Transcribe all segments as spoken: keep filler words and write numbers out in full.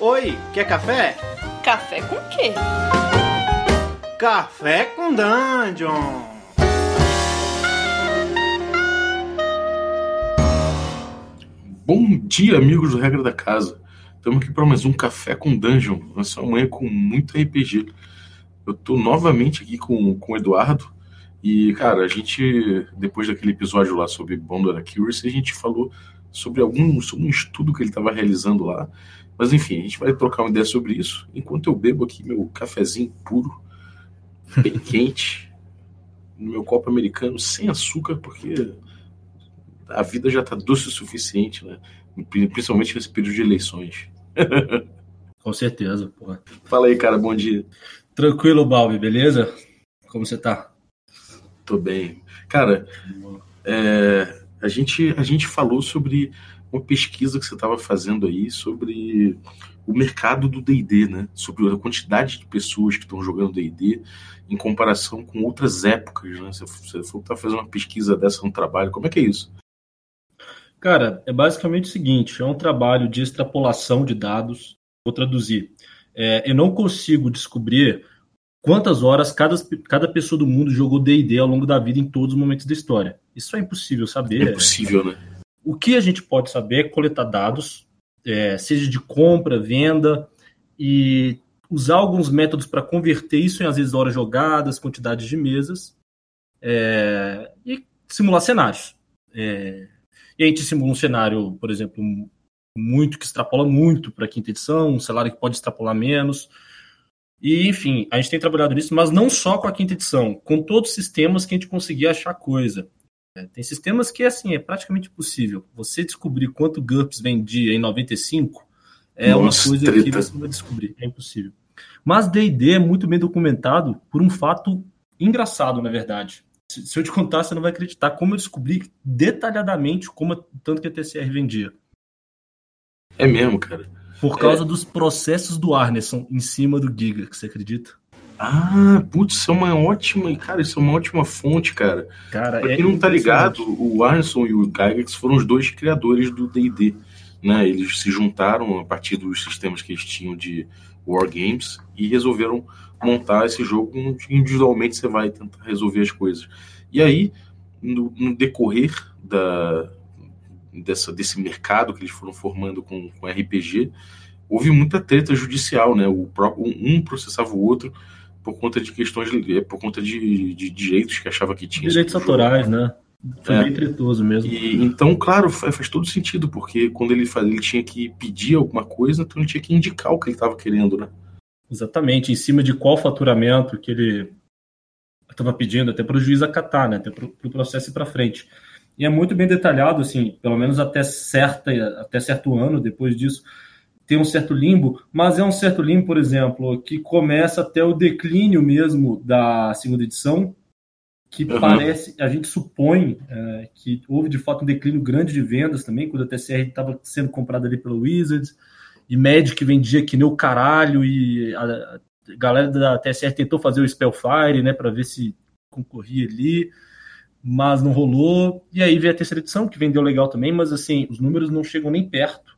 Oi, quer café? Café com quê? Café com Dungeon! Bom dia, amigos do Regra da Casa. Estamos aqui para mais um Café com Dungeon. Nossa manhã com muito R P G. Eu estou novamente aqui com, com o Eduardo. E, cara, a gente, depois daquele episódio lá sobre Bondor Accuracy, a gente falou sobre algum sobre um estudo que ele estava realizando lá. Mas, enfim, a gente vai trocar uma ideia sobre isso enquanto eu bebo aqui meu cafezinho puro, bem quente, no meu copo americano, sem açúcar, porque a vida já está doce o suficiente, né? Principalmente nesse período de eleições. Com certeza, porra. Fala aí, cara, bom dia. Tranquilo, Balbi, beleza? Como você tá? Tô bem. Cara, é, a, gente, a gente falou sobre uma pesquisa que você estava fazendo aí sobre o mercado do D e D, né? Sobre a quantidade de pessoas que estão jogando D e D em comparação com outras épocas, né? Você, você falou que tá fazendo uma pesquisa dessa no trabalho. Como é que é isso? Cara, é basicamente o seguinte, é um trabalho de extrapolação de dados. Vou traduzir. É, eu não consigo descobrir quantas horas cada, cada pessoa do mundo jogou D e D ao longo da vida em todos os momentos da história. Isso é impossível saber. É impossível, né? O que a gente pode saber é coletar dados, é, seja de compra, venda, e usar alguns métodos para converter isso em, às vezes, horas jogadas, quantidades de mesas, é, e simular cenários. É, e a gente simula um cenário, por exemplo, muito que extrapola muito para a quinta edição, um cenário que pode extrapolar menos. E, enfim, a gente tem trabalhado nisso, mas não só com a quinta edição, com todos os sistemas que a gente conseguia achar coisa. Tem sistemas que, assim, é praticamente impossível. Você descobrir quanto GURPS vendia em noventa e cinco é Nossa, uma coisa treta. que você não vai descobrir. É impossível. Mas D e D é muito bem documentado por um fato engraçado, na verdade. Se, se eu te contar, você não vai acreditar como eu descobri detalhadamente como tanto que a T C R vendia. É mesmo, cara? Por causa é... dos processos do Arneson em cima do Giga, que você acredita? Ah, putz, isso é uma ótima, cara, isso é uma ótima fonte, cara. Cara, pra é quem não tá ligado, o Arneson e o Gygax foram os dois criadores do D e D, né? Eles se juntaram a partir dos sistemas que eles tinham de Wargames e resolveram montar esse jogo onde individualmente você vai tentar resolver as coisas. E aí, no, no decorrer da, dessa, desse mercado que eles foram formando com, com R P G, houve muita treta judicial, né? O próprio, um processava o outro por conta de questões, por conta de, de direitos que achava que tinha. Direitos autorais, né? Foi é. bem tretoso mesmo. E, então, claro, faz, faz todo sentido, porque quando ele, faz, ele tinha que pedir alguma coisa, então ele tinha que indicar o que ele estava querendo, né? Exatamente, em cima de qual faturamento que ele estava pedindo, até para o juiz acatar, né? Até para o processo ir para frente. E é muito bem detalhado, assim, pelo menos até, certa, até certo ano, depois disso, tem um certo limbo, mas é um certo limbo, por exemplo, que começa até o declínio mesmo da segunda edição, que uhum. parece, a gente supõe é, que houve de fato um declínio grande de vendas também, quando a T C R estava sendo comprada ali pela Wizards, e Magic vendia que nem o caralho, e a, a galera da T S R tentou fazer o Spellfire, né, para ver se concorria ali, mas não rolou, e aí veio a terceira edição, que vendeu legal também, mas assim, os números não chegam nem perto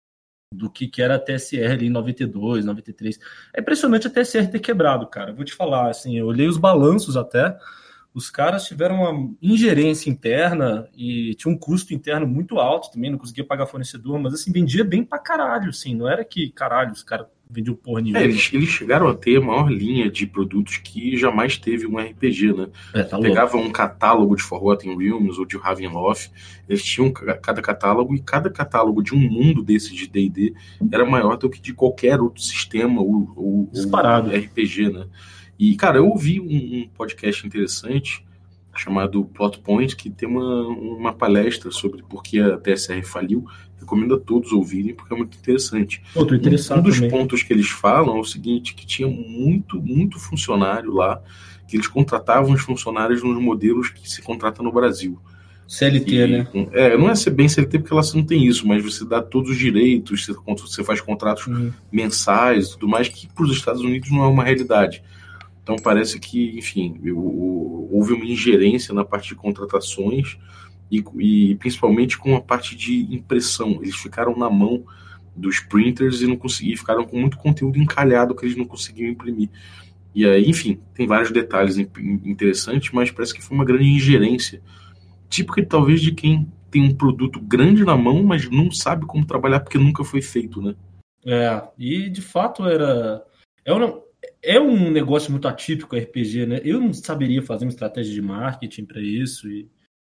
do que, que era a T S R ali em noventa e dois, noventa e três. É impressionante a T S R ter quebrado, cara. Vou te falar, assim, eu olhei os balanços até, os caras tiveram uma ingerência interna e tinha um custo interno muito alto também, não conseguia pagar fornecedor, mas assim, vendia bem pra caralho, assim, não era que, caralho, os caras vendiam porra nenhuma. É, eles, eles chegaram a ter a maior linha de produtos que jamais teve um R P G, né? É, tá Pegavam um catálogo de Forgotten Realms ou de Ravenloft, eles tinham cada catálogo, e cada catálogo de um mundo desse de D e D era maior do que de qualquer outro sistema ou, ou, ou R P G, né? E, cara, eu ouvi um, um podcast interessante chamado Plot Point, que tem uma, uma palestra sobre por que a T S R faliu. Recomendo a todos ouvirem, porque é muito interessante. Pô, tô interessado um, um dos também. pontos que eles falam é o seguinte, que tinha muito, muito funcionário lá, que eles contratavam os funcionários nos modelos que se contrata no Brasil. C L T, e, né? É, não é ser bem C L T porque ela não tem isso, mas você dá todos os direitos, você, você faz contratos uhum. mensais e tudo mais, que para os Estados Unidos não é uma realidade. Então parece que, enfim, eu, eu, houve uma ingerência na parte de contratações e, e principalmente com a parte de impressão. Eles ficaram na mão dos printers e não conseguiam, ficaram com muito conteúdo encalhado que eles não conseguiam imprimir. E aí, enfim, tem vários detalhes interessantes, mas parece que foi uma grande ingerência, típica talvez de quem tem um produto grande na mão, mas não sabe como trabalhar porque nunca foi feito, né? É, e de fato era... É um, é um negócio muito atípico, R P G, né? Eu não saberia fazer uma estratégia de marketing para isso e...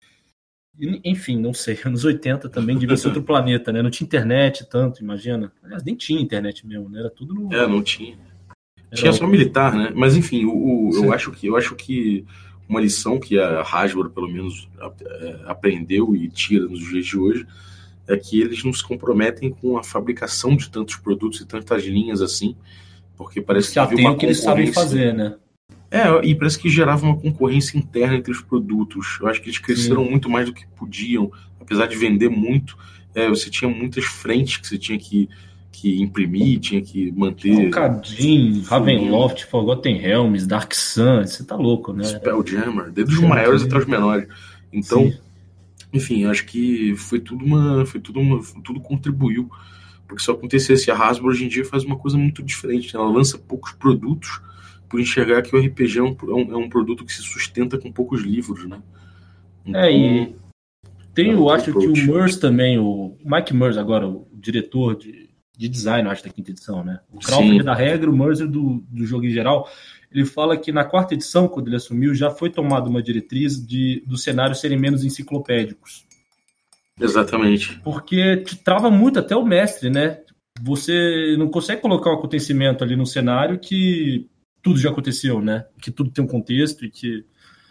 Enfim, não sei, anos oitenta também devia ser outro planeta, né? Não tinha internet tanto, imagina. Aliás, nem tinha internet mesmo, né? Era tudo no... É, não tinha. Tinha só militar, né? Mas enfim, o, o, eu, acho que, eu acho que uma lição que a Hasbro, pelo menos, aprendeu e tira nos dias de hoje é que eles não se comprometem com a fabricação de tantos produtos e tantas linhas assim, porque parece que que havia uma o que eles sabem fazer, né? É, e parece que gerava uma concorrência interna entre os produtos. Eu acho que eles cresceram Sim. muito mais do que podiam, apesar de vender muito. É, você tinha muitas frentes que você tinha que que imprimir, tinha que manter... Cadin, Ravenloft, Forgotten Realms, Dark Sun, você tá louco, né? Spelljammer, desde os maiores até os menores. Então, Sim. enfim, acho que foi tudo uma... Foi tudo, uma, tudo contribuiu. Porque se acontecesse, a Hasbro hoje em dia faz uma coisa muito diferente. Ela lança poucos produtos por enxergar que o R P G é um, é um produto que se sustenta com poucos livros, né? Então, é, e tem, eu acho approach. que o Merz também, o Mike Merz agora, o diretor de de design, eu acho, da quinta edição, né? O Crawford é da regra, o Mercer do, do jogo em geral. Ele fala que na quarta edição, quando ele assumiu, já foi tomada uma diretriz de dos cenários serem menos enciclopédicos. Exatamente. Porque te trava muito até o mestre, né? Você não consegue colocar um acontecimento ali no cenário que tudo já aconteceu, né? Que tudo tem um contexto e que...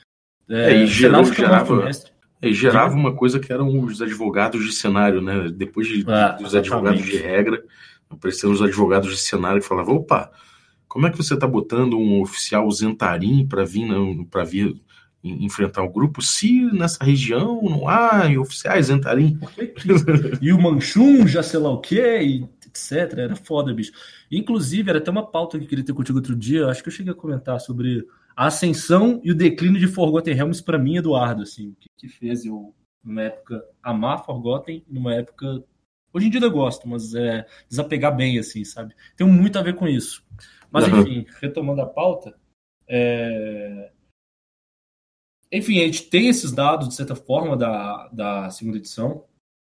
É, é e gerou, gerava... E gerava uma coisa que eram os advogados de cenário, né? Depois de, ah, dos advogados de regra, apareceram os advogados de cenário que falavam: opa, como é que você está botando um oficial Zentarim para vir, para vir enfrentar o grupo se nessa região não há oficiais Zentarim? E o Manchun, já sei lá o quê, e etcétera. Era foda, bicho. Inclusive, era até uma pauta que eu queria ter contigo outro dia, acho que eu cheguei a comentar sobre a ascensão e o declínio de Forgotten Realms para mim, Eduardo, assim, que, que fez eu, numa época, amar Forgotten, numa época... Hoje em dia eu gosto, mas é desapegar bem, assim, sabe? Tem muito a ver com isso. Mas, uhum. enfim, retomando a pauta, é... enfim, a gente tem esses dados, de certa forma, da, da segunda edição,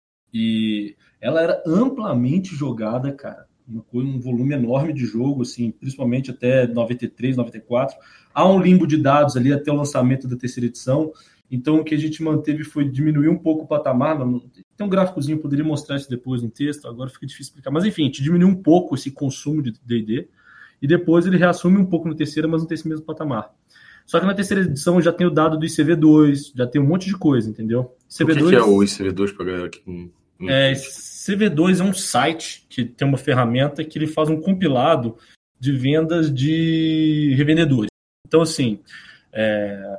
e ela era amplamente jogada, cara. Um volume enorme de jogo, assim, principalmente até noventa e três, noventa e quatro. Há um limbo de dados ali até o lançamento da terceira edição. Então, o que a gente manteve foi diminuir um pouco o patamar. Tem um gráficozinho, poderia mostrar isso depois no texto, agora fica difícil explicar. Mas, enfim, a gente diminuiu um pouco esse consumo de D e D. E depois ele reassume um pouco na terceira, mas não tem esse mesmo patamar. Só que na terceira edição já tem o dado do I C V dois, já tem um monte de coisa, entendeu? C V dois, o que, que é o I C V dois para galera que... É, C V dois é um site que tem uma ferramenta que ele faz um compilado de vendas de revendedores. Então, assim, é...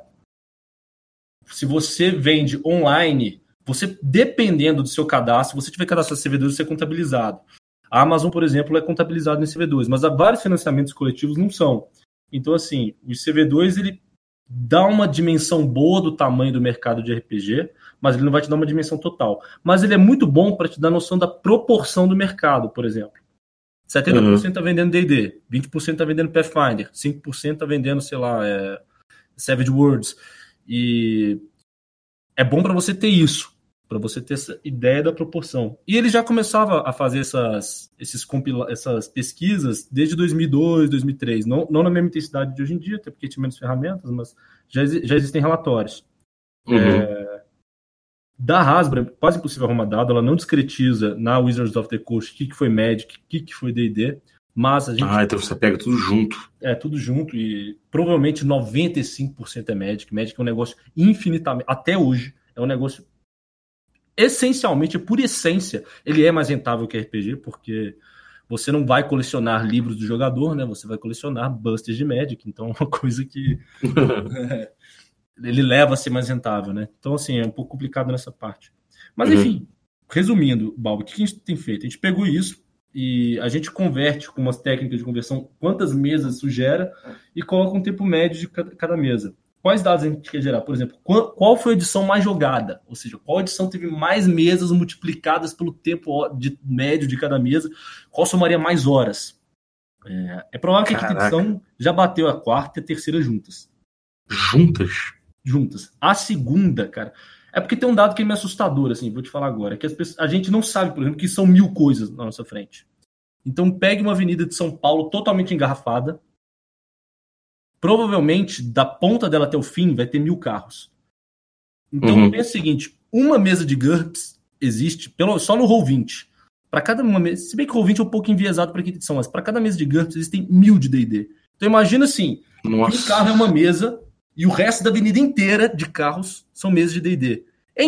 se você vende online, você, dependendo do seu cadastro, se você tiver cadastro C V dois, você é contabilizado. A Amazon, por exemplo, é contabilizado em C V dois, mas há vários financiamentos coletivos não são. Então, assim, o C V dois, ele dá uma dimensão boa do tamanho do mercado de R P G, mas ele não vai te dar uma dimensão total. Mas ele é muito bom para te dar noção da proporção do mercado, por exemplo. setenta por cento está uhum. vendendo D e D, vinte por cento está vendendo Pathfinder, cinco por cento está vendendo, sei lá, é, Savage Worlds. E é bom para você ter isso, para você ter essa ideia da proporção. E ele já começava a fazer essas, esses compila- essas pesquisas desde dois mil e dois, dois mil e três. Não, não na mesma intensidade de hoje em dia, até porque tinha menos ferramentas, mas já, já existem relatórios. Uhum. É, da Hasbro, é quase impossível arrumar dado, ela não discretiza na Wizards of the Coast o que, que foi Magic, o que, que foi D e D, mas a gente... Ah, então você pega tudo junto. É, tudo junto, e provavelmente noventa e cinco por cento é Magic. Magic é um negócio infinitamente, até hoje, é um negócio essencialmente, por essência, ele é mais rentável que R P G, porque você não vai colecionar livros do jogador, né? Você vai colecionar busters de Magic, então é uma coisa que... é, ele leva a ser mais rentável, né? Então, assim, é um pouco complicado nessa parte. Mas, uhum. enfim, resumindo, Balbo, o que a gente tem feito? A gente pegou isso e a gente converte com umas técnicas de conversão quantas mesas isso gera e coloca um tempo médio de cada mesa. quais dados a gente quer gerar? Por exemplo, qual, qual foi a edição mais jogada? Ou seja, qual edição teve mais mesas multiplicadas pelo tempo de, médio de cada mesa? Qual somaria mais horas? É, é provável que a quinta edição já bateu a quarta e a terceira juntas. Juntas? Juntas. A segunda, cara... É porque tem um dado que é meio assustador, assim, vou te falar agora, que as pessoas, a gente não sabe, por exemplo, que são mil coisas na nossa frente. Então, pegue uma avenida de São Paulo totalmente engarrafada. Provavelmente, da ponta dela até o fim, vai ter mil carros. Então, uhum. pensa o seguinte, uma mesa de GURPS existe pelo, só no Roll vinte. Para cada uma mesa, se bem que o Roll vinte é um pouco enviesado para quinta edição, mas para cada mesa de GURPS existem mil de D e D. Então, imagina assim, Nossa. um carro é uma mesa... E o resto da avenida inteira de carros são mesas de D e D. É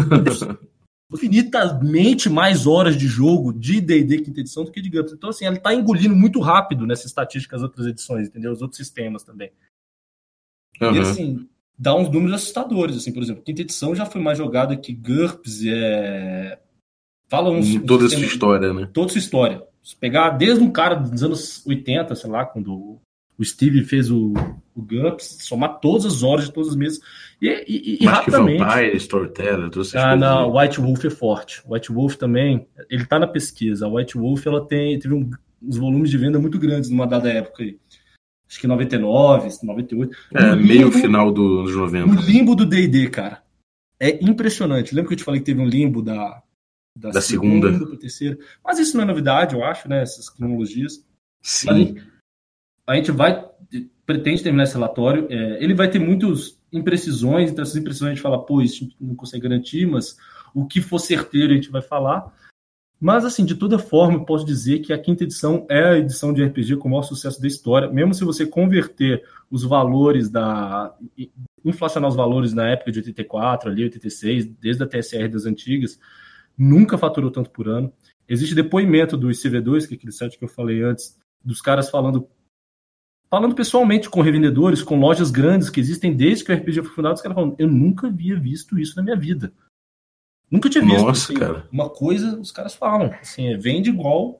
infinitamente mais horas de jogo de D e D quinta edição do que de GURPS. Então, assim, ela está engolindo muito rápido nessa estatística as outras edições, entendeu? Os outros sistemas também. Uhum. E, assim, dá uns números assustadores. Assim, por exemplo, quinta edição já foi mais jogada que GURPS. É... Fala uns... Em toda a sua história, né? Toda a sua história. Se pegar desde um cara dos anos oitenta, sei lá, quando... O Steve fez o, o GURPS, somar todas as horas de todos os meses. E, e, e Mais rapidamente... que Vampire, Storyteller, todas essas ah, coisas. não, White Wolf é forte. White Wolf também, ele tá na pesquisa. A White Wolf, ela tem, teve um, uns volumes de venda muito grandes numa dada época aí. Acho que noventa e nove, noventa e oito. É, no meio limbo, final dos anos noventa. No limbo do D e D, cara. É impressionante. Lembra que eu te falei que teve um limbo da, da, da segunda, segunda para terceira? Mas isso não é novidade, eu acho, né? Essas cronologias. Sim. Mas a gente vai... pretende terminar esse relatório, é, ele vai ter muitas imprecisões, então essas imprecisões a gente fala, pô, isso a gente não consegue garantir, mas o que for certeiro a gente vai falar. Mas, assim, de toda forma, eu posso dizer que a quinta edição é a edição de R P G com o maior sucesso da história, mesmo se você converter os valores da... inflacionar os valores na época de oitenta e quatro, ali, oitenta e seis, desde a T S R das antigas, nunca faturou tanto por ano. Existe depoimento do I C V dois, que é aquele site que eu falei antes, dos caras falando falando pessoalmente com revendedores, com lojas grandes que existem desde que o R P G foi fundado, os caras falam, eu nunca havia visto isso na minha vida. Nunca tinha visto. Nossa, assim, cara. Uma coisa, os caras falam, assim, vende igual,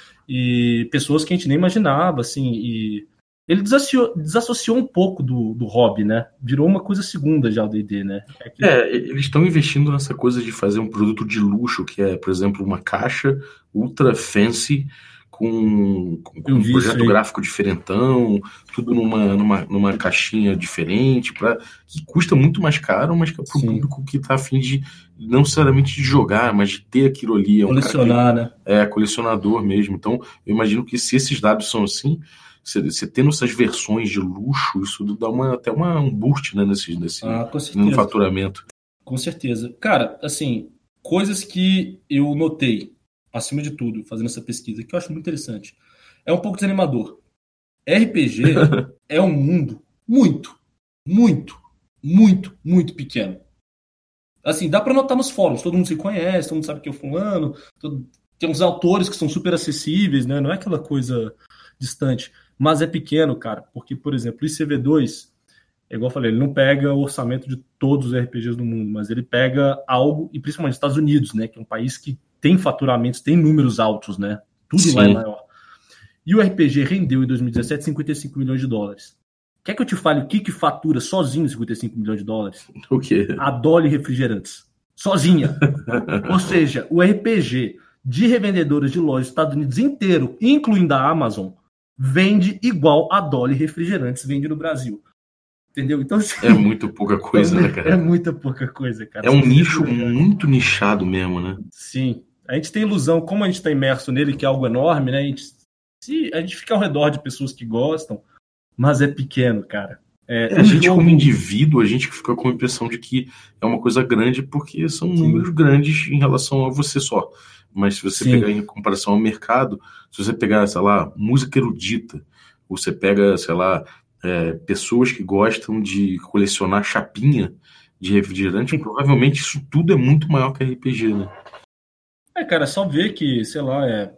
e pessoas que a gente nem imaginava, assim, e ele desassociou, desassociou um pouco do, do hobby, né? Virou uma coisa segunda já o D e D, né? É, que... é, eles estão investindo nessa coisa de fazer um produto de luxo, que é, por exemplo, uma caixa ultra fancy, com, com um projeto aí. Gráfico diferentão, tudo numa, numa, numa caixinha diferente, pra, que custa muito mais caro, mas que é para o público que está a fim de, não necessariamente de jogar, mas de ter aquilo ali. É um colecionar, que, né? É, colecionador mesmo. Então, eu imagino que se esses dados são assim, você, você tendo essas versões de luxo, isso dá uma, até uma, um boost, né, nesse, nesse ah, no faturamento. Com certeza. Cara, assim, coisas que eu notei, acima de tudo, fazendo essa pesquisa, que eu acho muito interessante. É um pouco desanimador. R P G é um mundo muito, muito, muito, muito pequeno. Assim, dá pra notar nos fóruns, todo mundo se conhece, todo mundo sabe que é o fulano, todo... tem uns autores que são super acessíveis, né? Não é aquela coisa distante. Mas é pequeno, cara, porque, por exemplo, o I C V dois, é igual eu falei, ele não pega o orçamento de todos os R P Gs do mundo, mas ele pega algo, e principalmente nos Estados Unidos, né? Que é um país que tem faturamentos, tem números altos, né? Tudo Sim. lá é maior. E o R P G rendeu em dois mil e dezessete cinquenta e cinco milhões de dólares. Quer que eu te fale o que que fatura sozinho cinquenta e cinco milhões de dólares? O quê? A Dolly Refrigerantes. Sozinha. Ou seja, o R P G de revendedoras de lojas dos Estados Unidos inteiro, incluindo a Amazon, vende igual a Dolly Refrigerantes vende no Brasil. Entendeu? Então, assim, é muito pouca coisa, é, né, cara? É muita pouca coisa, cara. É um nicho muito nichado mesmo, né? Sim. A gente tem ilusão, como a gente está imerso nele, que é algo enorme, né? A gente, se, a gente fica ao redor de pessoas que gostam, mas é pequeno, cara. É, é, a gente, jogo... como indivíduo, a gente fica com a impressão de que é uma coisa grande porque são Sim. números grandes em relação a você só. Mas se você Sim. pegar em comparação ao mercado, se você pegar, sei lá, música erudita, ou você pega, sei lá, é, pessoas que gostam de colecionar chapinha de refrigerante, provavelmente isso tudo é muito maior que R P G, né? É, cara, só ver que, sei lá, é...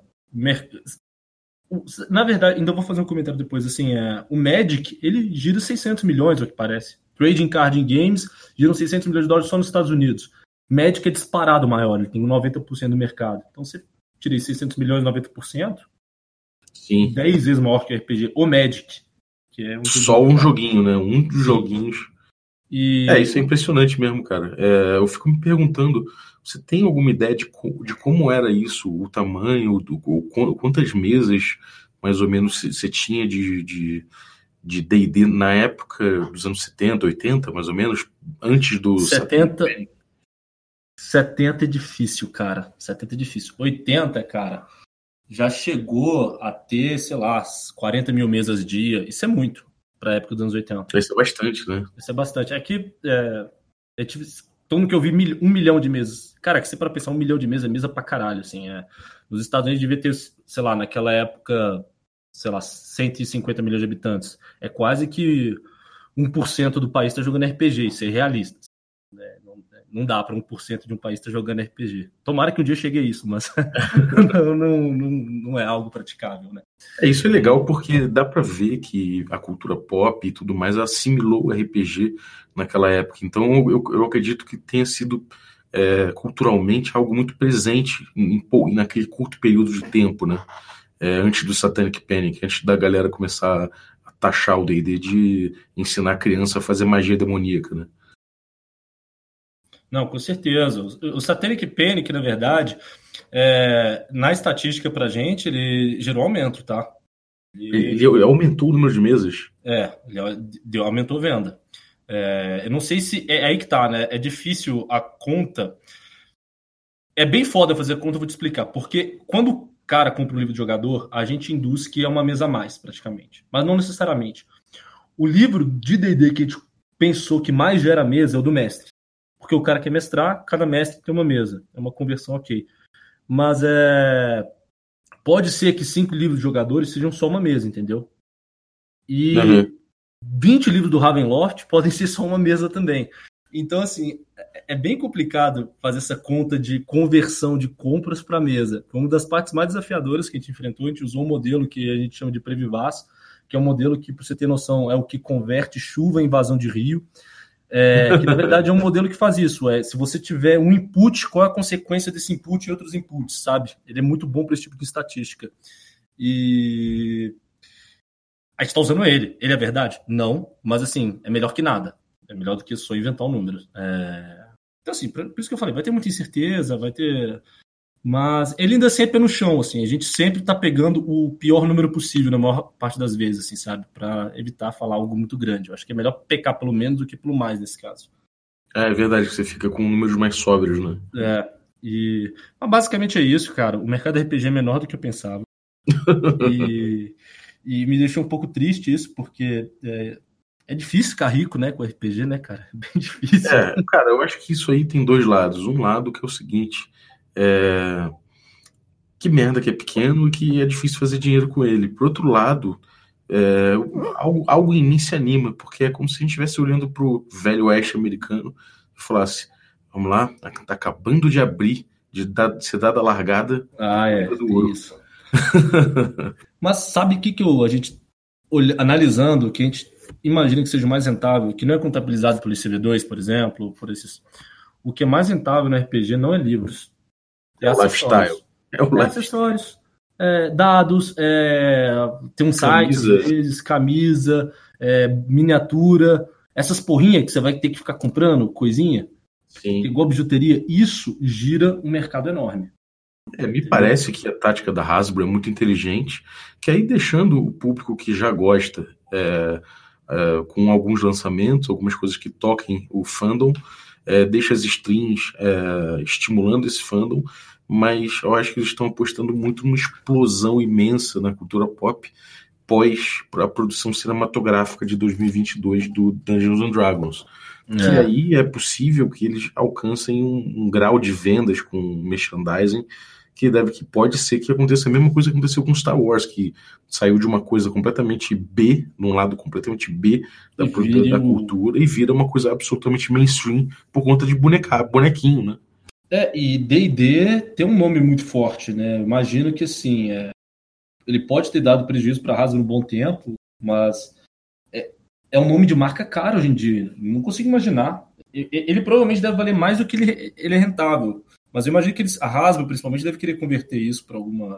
Na verdade, ainda vou fazer um comentário depois, assim, é... o Magic, ele gira seiscentos milhões, é o que parece. Trading Card Games giram seiscentos milhões de dólares só nos Estados Unidos. Magic é disparado maior, ele tem noventa por cento do mercado. Então, você tira seiscentos milhões, noventa por cento, Sim. dez vezes maior que o R P G. O Magic, que é um só um joguinho, né? Um dos joguinhos. E... É, isso é impressionante mesmo, cara. É, eu fico me perguntando, você tem alguma ideia de, co- de como era isso, o tamanho, do, o qu- quantas mesas, mais ou menos, você você tinha de, de, de D e D na época dos anos setenta, oitenta, mais ou menos, antes do setenta, setenta é difícil, cara. setenta é difícil. oitenta, cara, já chegou a ter, sei lá, quarenta mil mesas dia. Isso é muito para a época dos anos oitenta. Isso é bastante, né? Isso é bastante. Aqui, é, eu tive, todo mundo que eu vi mil, um milhão de mesas. Cara, que você para pensar um milhão de mesas, é mesa pra caralho, assim. É. Nos Estados Unidos devia ter, sei lá, naquela época, sei lá, cento e cinquenta milhões de habitantes. É quase que um por cento do país está jogando R P G, isso é realista. Né? Não, não dá para um por cento de um país estar jogando R P G. Tomara que um dia chegue a isso, mas não, não, não, não é algo praticável, né? É, isso é legal porque dá pra ver que a cultura pop e tudo mais assimilou o R P G naquela época. Então eu, eu acredito que tenha sido é, culturalmente algo muito presente em, em, naquele curto período de tempo, né? É, antes do Satanic Panic, antes da galera começar a taxar o D e D de ensinar a criança a fazer magia demoníaca, né? Não, com certeza. O Satanic Panic, na verdade, é, na estatística pra gente, ele gerou aumento, tá? Ele, ele aumentou o número de mesas? É, ele deu, aumentou a venda. É, eu não sei se... É, é aí que tá, né? É difícil a conta... É bem foda fazer a conta, eu vou te explicar. Porque quando o cara compra um livro de jogador, a gente induz que é uma mesa a mais, praticamente. Mas não necessariamente. O livro de D e D que a gente pensou que mais gera mesa é o do mestre. Porque o cara quer mestrar, cada mestre tem uma mesa. É uma conversão ok. Mas é... pode ser que cinco livros de jogadores sejam só uma mesa, entendeu? E uhum. vinte livros do Ravenloft podem ser só uma mesa também. Então, assim, é bem complicado fazer essa conta de conversão de compras para mesa. Foi uma das partes mais desafiadoras que a gente enfrentou. A gente usou um modelo que a gente chama de Previvas, que é um modelo que, para você ter noção, é o que converte chuva em vazão de rio. É, que na verdade é um modelo que faz isso. É, se você tiver um input, qual é a consequência desse input e outros inputs, sabe? Ele é muito bom para esse tipo de estatística. E a gente está usando ele. Ele é verdade? Não, mas assim, é melhor que nada. É melhor do que só inventar um número. É... Então assim, por isso que eu falei, vai ter muita incerteza, vai ter... Mas ele ainda sempre é no chão, assim. A gente sempre está pegando o pior número possível na maior parte das vezes, assim, sabe? Para evitar falar algo muito grande. Eu acho que é melhor pecar pelo menos do que pelo mais nesse caso. É, é verdade que você fica com números mais sóbrios, né? É. E mas basicamente é isso, cara. O mercado R P G é menor do que eu pensava. e, e me deixou um pouco triste isso, porque é, é difícil ficar rico, né, com R P G, né, cara? É bem difícil. É, cara, eu acho que isso aí tem dois lados. Um lado que é o seguinte... É... que merda que é pequeno e que é difícil fazer dinheiro com ele. Por outro lado, é... algo, algo em mim se anima, porque é como se a gente estivesse olhando pro velho oeste americano e falasse, vamos lá, tá acabando de abrir, de, dar, de ser dada a largada. Ah, é, do isso. Mas sabe o que, que eu, a gente, olha, analisando, que a gente imagina que seja mais rentável, que não é contabilizado pelo I C V dois, por exemplo, por esses... O que é mais rentável no R P G não é livros. É, é o lifestyle. É o é acessórios, é, dados, é, tem um site, às vezes, camisa, é, miniatura, essas porrinhas que você vai ter que ficar comprando, coisinha, Sim. igual bijuteria, isso gira um mercado enorme. É, me parece que a tática da Hasbro é muito inteligente, que aí deixando o público que já gosta é, é, com alguns lançamentos, algumas coisas que toquem o fandom, é, deixa as streams é, estimulando esse fandom, mas eu acho que eles estão apostando muito numa explosão imensa na cultura pop pós a produção cinematográfica de dois mil e vinte e dois do Dungeons and Dragons. É. Que aí é possível que eles alcancem um, um grau de vendas com merchandising que deve que pode ser que aconteça a mesma coisa que aconteceu com Star Wars, que saiu de uma coisa completamente B, num lado completamente B da, vira... da cultura, e vira uma coisa absolutamente mainstream por conta de boneca, bonequinho, né? É, e D e D tem um nome muito forte, né? Imagino que, assim, é... ele pode ter dado prejuízo para a Hasbro um bom tempo, mas é... é um nome de marca caro hoje em dia. Não consigo imaginar. Ele provavelmente deve valer mais do que ele, ele é rentável. Mas eu imagino que eles, a Hasbro, principalmente, deve querer converter isso para alguma,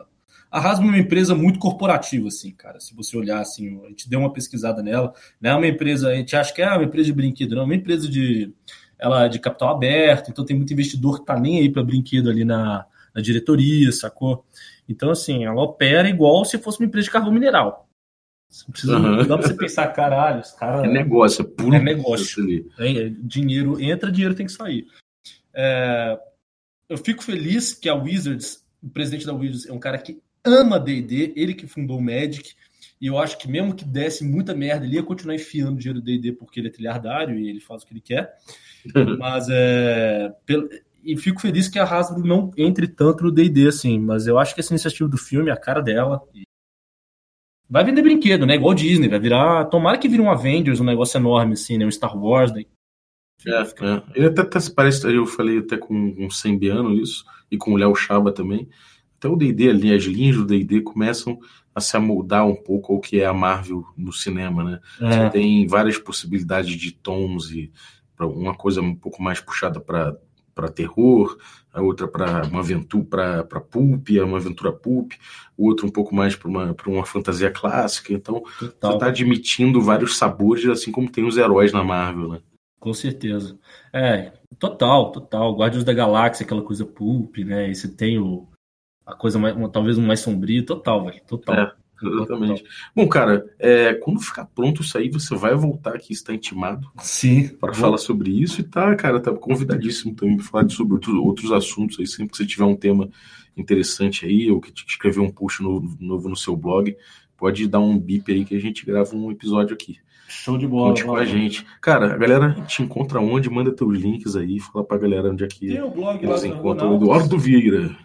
A Hasbro é uma empresa muito corporativa, assim, cara. Se você olhar, assim, a gente deu uma pesquisada nela, não é uma empresa, a gente acha que é uma empresa de brinquedo, não, é uma empresa de, ela é de capital aberto, então tem muito investidor que tá nem aí para brinquedo ali na, na diretoria, sacou? Então, assim, ela opera igual se fosse uma empresa de carvão mineral. Você precisa, uhum. Não dá pra você pensar, caralho, os caras... É negócio, é puro é negócio. É, dinheiro entra, dinheiro tem que sair. É, eu fico feliz que a Wizards, o presidente da Wizards é um cara que ama D e D, ele que fundou o Magic, e eu acho que mesmo que desse muita merda, ele ia continuar enfiando dinheiro do D e D porque ele é trilhardário e ele faz o que ele quer. Mas é... Pelo, e fico feliz que a Hasbro não entre tanto no D e D, assim, mas eu acho que essa iniciativa do filme é a cara dela. Vai vender brinquedo, né? Igual Disney, vai virar... Tomara que vire um Avengers, um negócio enorme, assim, né? Um Star Wars, né? É, é. Ele até, até parece, eu falei até com um Sembiano isso, e com o Léo Chaba também. Até o D e D ali, as linhas do D e D começam a se amoldar um pouco ao que é a Marvel no cinema, né? É. Você tem várias possibilidades de tons, e uma coisa um pouco mais puxada para para terror, a outra para uma aventura, para pulp, uma aventura pulp, o outro um pouco mais para uma, para uma fantasia clássica. Então, total. Você está admitindo vários sabores, assim como tem os heróis na Marvel, né? Com certeza. É, total, total. Guardiões da Galáxia, aquela coisa pulp, né? E você tem o, a coisa mais, uma, talvez um mais sombrio, total, velho, total. É. Exatamente. Bom, cara, é, quando ficar pronto isso aí, você vai voltar aqui, está intimado. Sim. Para falar sobre isso e tá, cara, tá convidadíssimo também para falar sobre outros, outros assuntos aí, sempre que você tiver um tema interessante aí, ou que escrever um post novo, novo no seu blog, pode dar um bip aí que a gente grava um episódio aqui. Show de bola. Conte com a gente. Cara, a galera te encontra onde? Manda teus links aí, fala pra galera onde é que tem o blog eles lá encontram o Eduardo Vieira.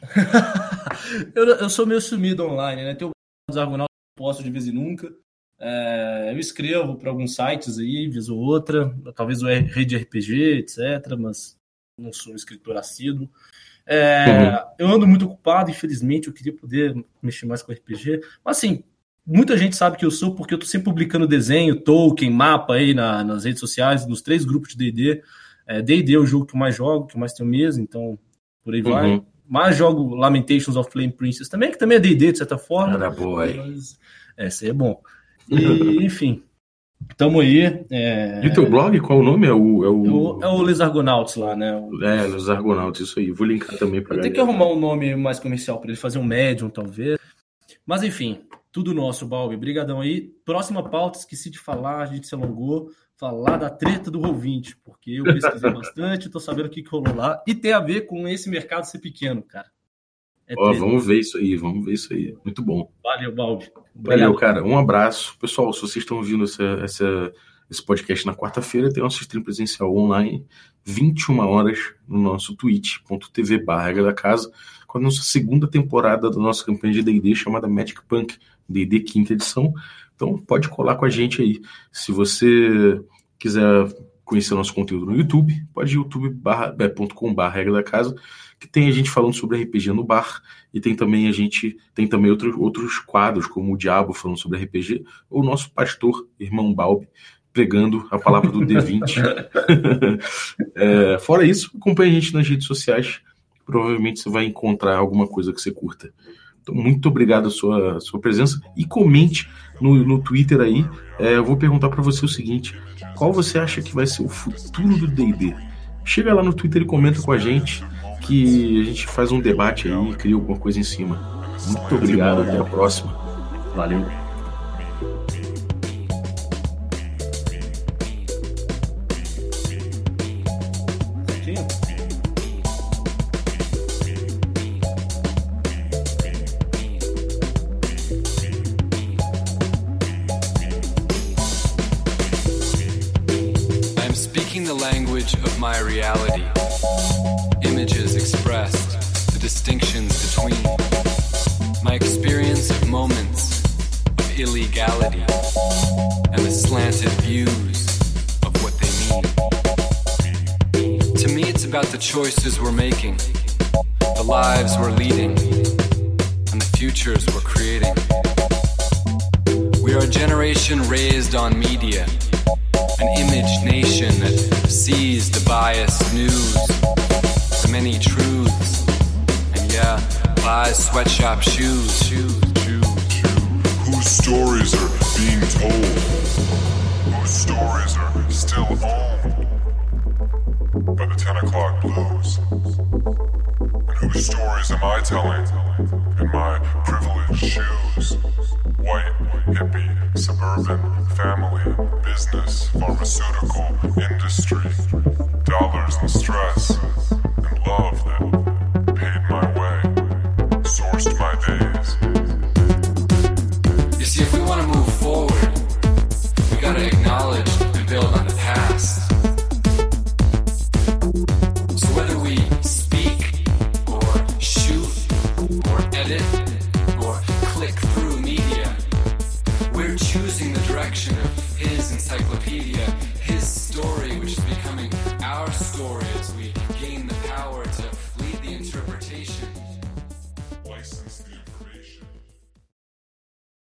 eu, eu sou meio sumido online, né? Tem o dos Argonautas, posto de vez em nunca. É, eu escrevo para alguns sites aí, vez ou outra, talvez o Rede R P G, etcétera, mas não sou um escritor assíduo. É, uhum. Eu ando muito ocupado, infelizmente, eu queria poder mexer mais com R P G, mas assim, muita gente sabe que eu sou porque eu tô sempre publicando desenho, token, mapa aí na, nas redes sociais, nos três grupos de D e D. É, D e D é o jogo que eu mais jogo, que eu mais tenho mesa, então por aí vai. Uhum. Mas jogo Lamentations of Flame Princess também, que também é D e D, de certa forma. Era boa aí. Mas, é, esse aí é bom. E, enfim, tamo aí. É... E o teu blog, qual o nome? É o, é o... É o Les Argonauts lá, né? O... É, Les Argonauts, isso aí. Vou linkar também pra galera. Tem que arrumar um nome mais comercial para ele fazer um Medium, talvez. Mas, enfim, tudo nosso, Balbi. Brigadão aí. Próxima pauta, esqueci de falar, a gente se alongou. Falar da treta do Roll vinte, porque eu pesquisei bastante, tô sabendo o que, que rolou lá, e tem a ver com esse mercado ser pequeno, cara. É Ó, vamos ver isso aí, vamos ver isso aí. Muito bom. Valeu, Balbi. Valeu, cara. Um abraço. Pessoal, se vocês estão ouvindo essa, essa, esse podcast na quarta-feira, tem nosso stream presencial online, vinte e uma horas, no nosso twitch ponto tv barra regra da casa, com a nossa segunda temporada da nossa campanha de D e D chamada Magic Punk, D e D quinta edição. Então pode colar com a gente aí. Se você quiser conhecer nosso conteúdo no YouTube, pode ir youtube ponto com barra regra da casa, que tem a gente falando sobre R P G no bar, e tem também a gente tem também outros, outros quadros, como o Diabo falando sobre R P G, ou o nosso pastor, irmão Balbi, pregando a palavra do D vinte. É, fora isso, acompanhe a gente nas redes sociais, provavelmente você vai encontrar alguma coisa que você curta. Então, muito obrigado a sua, a sua presença. E comente no, no Twitter aí. É, eu vou perguntar para você o seguinte: qual você acha que vai ser o futuro do D e D? Chega lá no Twitter e comenta com a gente, que a gente faz um debate aí e cria alguma coisa em cima. Muito obrigado, até a próxima. Valeu. My reality, images expressed, the distinctions between, my experience of moments of illegality, and the slanted views of what they mean. To me, it's about the choices we're making, the lives we're leading, and the futures we're creating. We are a generation raised on media, an image nation that sees the biased news, the many truths, and yeah, buys sweatshop shoes, shoes, shoes, shoes. Whose stories are being told? Whose stories are still owned by the ten o'clock blues? And whose stories am I telling in my privileged shoes? White, hippie, suburban, family, business, pharmaceutical, industry, dollars and stress, and love that paid my way, sourced my days. You see, if we want to move forward, we gotta acknowledge and build on the past. So whether we speak, or shoot, or edit, or click through media, we're choosing the direction of his encyclopedia